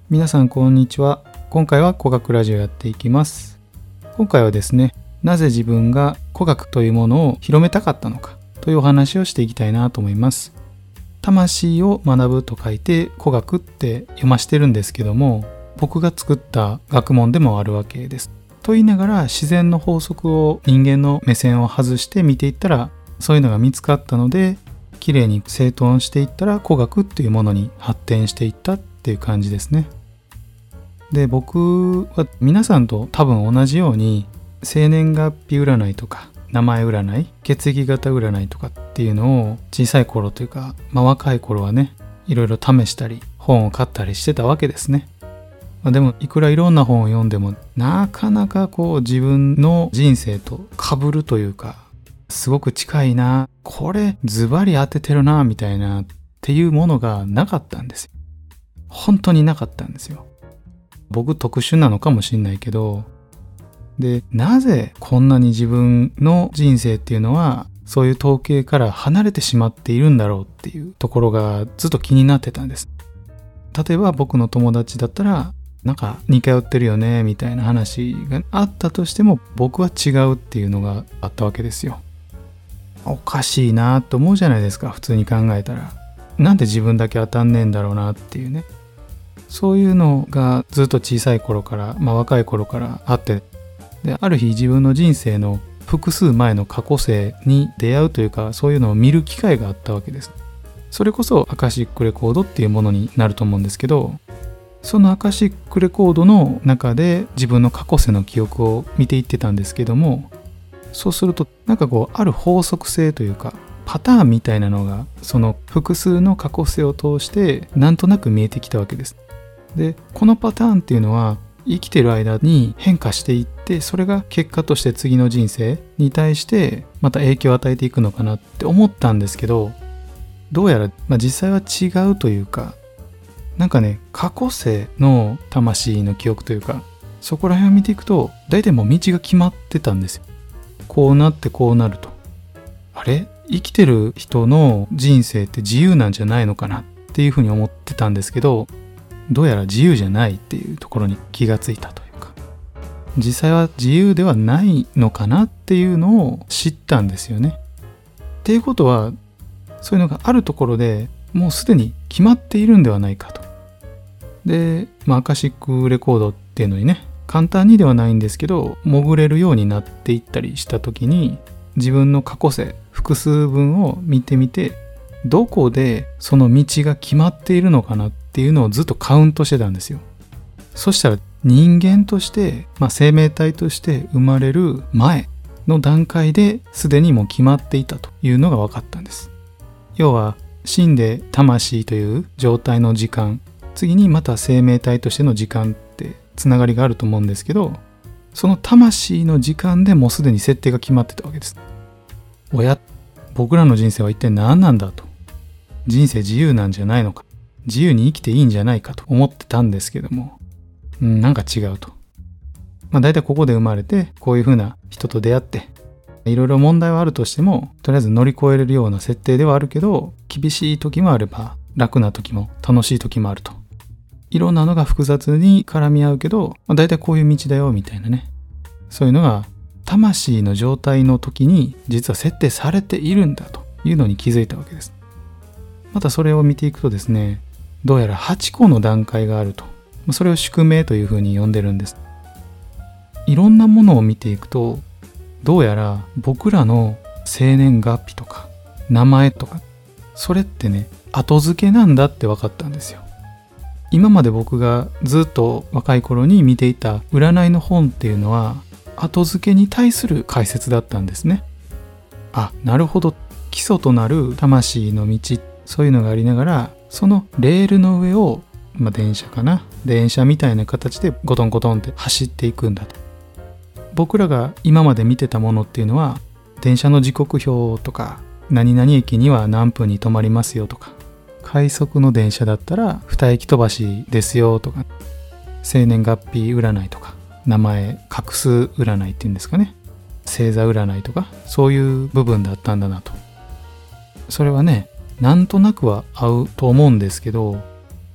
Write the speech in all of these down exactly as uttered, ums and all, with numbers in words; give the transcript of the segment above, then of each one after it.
皆さんこんにちは。今回は古学ラジオやっていきます。今回はですね、なぜ自分が古学というものを広めたかったのかというお話をしていきたいなと思います。魂を学ぶと書いて古学って読ましてるんですけども、僕が作った学問でもあるわけです。と言いながら自然の法則を人間の目線を外して見ていったらそういうのが見つかったので、綺麗に整頓していったら古学っていうものに発展していったっていう感じですね。で、僕は皆さんと多分同じように生年月日占いとか名前占い、血液型占いとかっていうのを小さい頃というか、まあ若い頃はね、いろいろ試したり本を買ったりしてたわけですね。まあ、でもいくらいろんな本を読んでもなかなかこう自分の人生と被るというか、すごく近いな、これズバリ当ててるなみたいなっていうものがなかったんですよ。本当になかったんですよ。僕特殊なのかもしれないけど、で、なぜこんなに自分の人生っていうのはそういう統計から離れてしまっているんだろうっていうところがずっと気になってたんです。例えば僕の友達だったらなんか似通ってるよねみたいな話があったとしても、僕は違うっていうのがあったわけですよ。おかしいなと思うじゃないですか、普通に考えたら。なんで自分だけ当たんねえんだろうなっていうね。そういうのがずっと小さい頃から、まあ若い頃からあって、で、ある日自分の人生の複数前の過去世に出会うというか、そういうのを見る機会があったわけです。それこそアカシックレコードっていうものになると思うんですけど、そのアカシックレコードの中で自分の過去世の記憶を見ていってたんですけども、そうするとなんかこうある法則性というかパターンみたいなのがその複数の過去世を通してなんとなく見えてきたわけです。で、このパターンっていうのは生きてる間に変化していって、それが結果として次の人生に対してまた影響を与えていくのかなって思ったんですけど、どうやら、まあ、実際は違うというか、なんかね、過去世の魂の記憶というか、そこら辺を見ていくと大体もう道が決まってたんですよ。こうなってこうなると。あれ？生きてる人の人生って自由なんじゃないのかなっていうふうに思ってたんですけど、どうやら自由じゃないっていうところに気がついたというか、実際は自由ではないのかなっていうのを知ったんですよね。っていうことは、そういうのがあるところでもうすでに決まっているんではないかと。で、まあ、アカシックレコードっていうのにね、簡単にではないんですけど、潜れるようになっていったりした時に、自分の過去世複数分を見てみて、どこでその道が決まっているのかなっていうのをずっとカウントしてたんですよ。そしたら人間として、まあ、生命体として生まれる前の段階ですでにもう決まっていたというのが分かったんです。要は死んで魂という状態の時間、次にまた生命体としての時間ってつながりがあると思うんですけど、その魂の時間でもうすでに設定が決まってたわけです。おや、僕らの人生は一体何なんだと。人生自由なんじゃないのか。自由に生きていいんじゃないかと思ってたんですけども、うん、なんか違うと。まあ大体ここで生まれて、こういう風な人と出会って、いろいろ問題はあるとしても、とりあえず乗り越えれるような設定ではあるけど、厳しい時もあれば、楽な時も楽しい時もあると。いろんなのが複雑に絡み合うけど、まあ、大体こういう道だよみたいなね。そういうのが魂の状態の時に実は設定されているんだというのに気づいたわけです。またそれを見ていくとですね、どうやらはちこの段階があると。それを宿命というふうに呼んでるんです。いろんなものを見ていくと、どうやら僕らの生年月日とか名前とか、それってね、後付けなんだって分かったんですよ。今まで僕がずっと若い頃に見ていた占いの本っていうのは後付けに対する解説だったんですね。あ、なるほど。基礎となる魂の道、そういうのがありながら、そのレールの上を、まあ、電車かな、電車みたいな形でゴトンゴトンって走っていくんだと。僕らが今まで見てたものっていうのは、電車の時刻表とか、何々駅には何分に止まりますよとか、快速の電車だったらに駅飛ばしですよとか、生年月日占いとか、名前画数占いっていうんですかね、星座占いとか、そういう部分だったんだなと。それはね、なんとなくは合うと思うんですけど、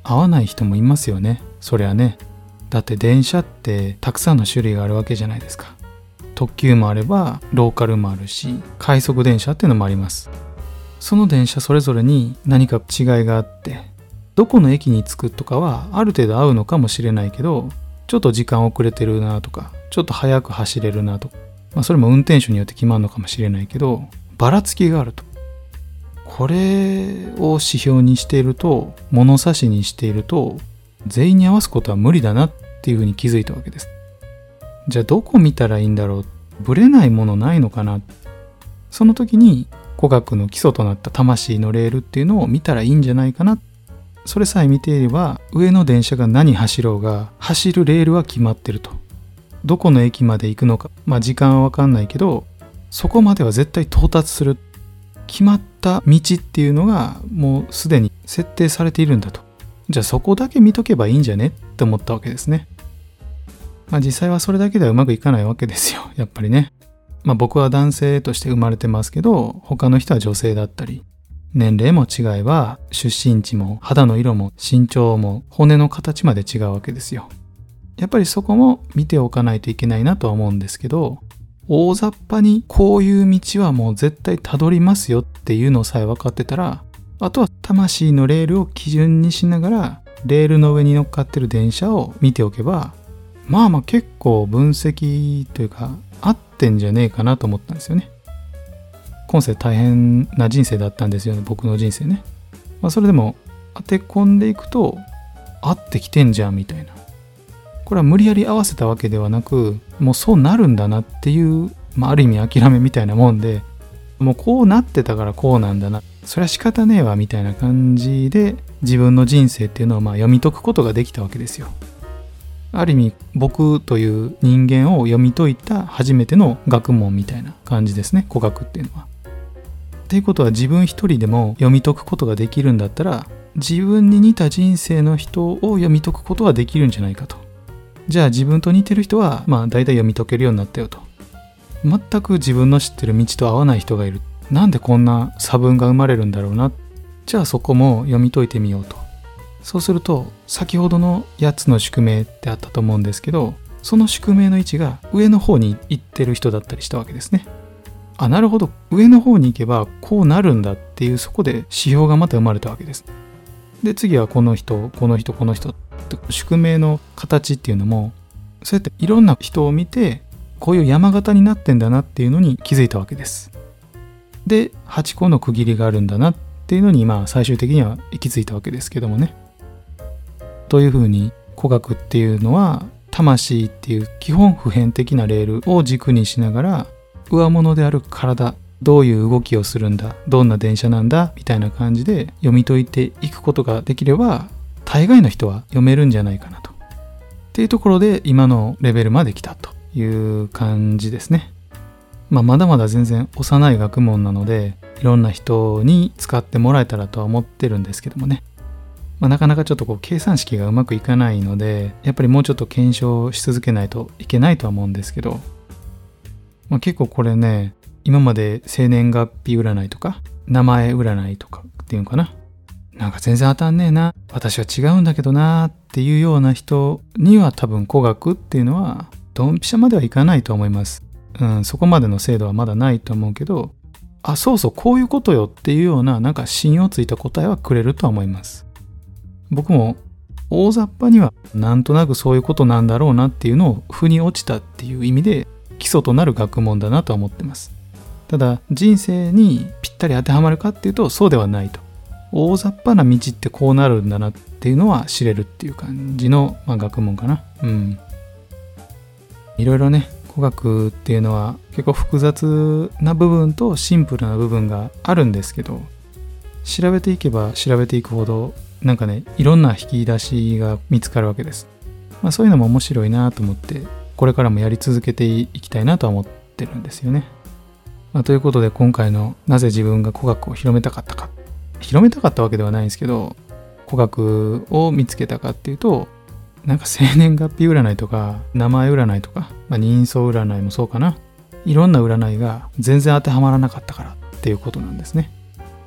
合わない人もいますよね。そりゃね。だって電車ってたくさんの種類があるわけじゃないですか。特急もあればローカルもあるし、快速電車っていうのもあります。その電車それぞれに何か違いがあって、どこの駅に着くとかはある程度合うのかもしれないけど、ちょっと時間遅れてるなとか、ちょっと早く走れるなとか、まあ、それも運転手によって決まるのかもしれないけど、ばらつきがあると。これを指標にしていると、物差しにしていると、全員に合わすことは無理だなっていうふうに気づいたわけです。じゃあどこ見たらいいんだろう、ぶれないものないのかな。その時に古学の基礎となった魂のレールっていうのを見たらいいんじゃないかな。それさえ見ていれば、上の電車が何走ろうが走るレールは決まってると。どこの駅まで行くのか、まあ時間は分かんないけど、そこまでは絶対到達する。決まった道っていうのがもうすでに設定されているんだと。じゃあそこだけ見とけばいいんじゃねって思ったわけですね。まあ実際はそれだけではうまくいかないわけですよ。やっぱりね。まあ僕は男性として生まれてますけど、他の人は女性だったり、年齢も違えば出身地も肌の色も身長も骨の形まで違うわけですよ。やっぱりそこも見ておかないといけないなとは思うんですけど、大雑把にこういう道はもう絶対たどりますよっていうのさえ分かってたら、あとは魂のレールを基準にしながらレールの上に乗っかってる電車を見ておけば、まあまあ結構分析というか合ってんじゃねえかなと思ったんですよね。今世大変な人生だったんですよね、僕の人生ね。まあそれでも当て込んでいくと合ってきてんじゃんみたいな。これは無理やり合わせたわけではなく、もうそうなるんだなっていう、まあ、ある意味諦めみたいなもんで、もうこうなってたからこうなんだな、それは仕方ねえわみたいな感じで自分の人生っていうのをまあ読み解くことができたわけですよ。ある意味僕という人間を読み解いた初めての学問みたいな感じですね、古学っていうのは。っていうことは、自分一人でも読み解くことができるんだったら、自分に似た人生の人を読み解くことができるんじゃないかと。じゃあ自分と似てる人はまあ大体読み解けるようになったよと。全く自分の知ってる道と合わない人がいる。なんでこんな差分が生まれるんだろうな。じゃあそこも読み解いてみようと。そうすると、先ほどのやつの宿命ってあったと思うんですけど、その宿命の位置が上の方に行ってる人だったりしたわけですね。あ、なるほど、上の方に行けばこうなるんだっていう、そこで指標がまた生まれたわけです。で次はこの人この人この人って宿命の形っていうのも、そうやっていろんな人を見て、こういう山形になってんだなっていうのに気づいたわけです。ではちこの区切りがあるんだなっていうのに、まあ最終的には行き着いたわけですけどもね。というふうに古学っていうのは、魂っていう基本普遍的なレールを軸にしながら、上物である体、どういう動きをするんだ、どんな電車なんだみたいな感じで読み解いていくことができれば、大概の人は読めるんじゃないかなと。っていうところで今のレベルまで来たという感じですね。まあまだまだ全然幼い学問なので、いろんな人に使ってもらえたらとは思ってるんですけどもね。まあ、なかなかちょっとこう計算式がうまくいかないので、やっぱりもうちょっと検証し続けないといけないとは思うんですけど、まあ、結構これね、今まで生年月日占いとか名前占いとかっていうのかな、なんか全然当たんねえな、私は違うんだけどなっていうような人には、多分古学っていうのはドンピシャまではいかないと思います。うん、そこまでの精度はまだないと思うけど、あ、そうそうこういうことよっていうような、なんか信用ついた答えはくれるとは思います。僕も大雑把にはなんとなくそういうことなんだろうなっていうのを腑に落ちたっていう意味で、基礎となる学問だなとは思ってます。ただ人生にぴったり当てはまるかっていうとそうではないと。大雑把な道ってこうなるんだなっていうのは知れるっていう感じの、まあ、学問かな。うん。いろいろね、古学っていうのは結構複雑な部分とシンプルな部分があるんですけど、調べていけば調べていくほどなんかね、いろんな引き出しが見つかるわけです。まあそういうのも面白いなと思って、これからもやり続けていきたいなとは思ってるんですよね。まあ、ということで今回のなぜ自分が古学を広めたかったか、広めたかったわけではないんですけど、古学を見つけたかっていうと、なんか生年月日占いとか名前占いとか、まあ、人相占いもそうかな、いろんな占いが全然当てはまらなかったからっていうことなんですね。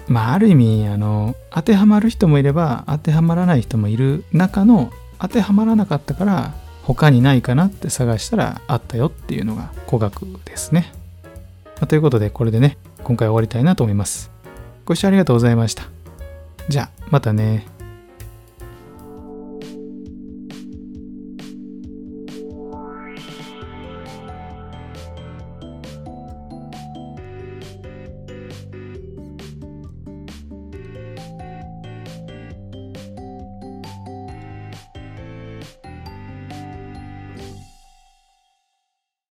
まあある意味あの当てはまる人もいれば当てはまらない人もいる中の、当てはまらなかったから他にないかなって探したらあったよっていうのが古学ですね。まあ、ということでこれでね今回終わりたいなと思います。ご視聴ありがとうございました。じゃあまたね。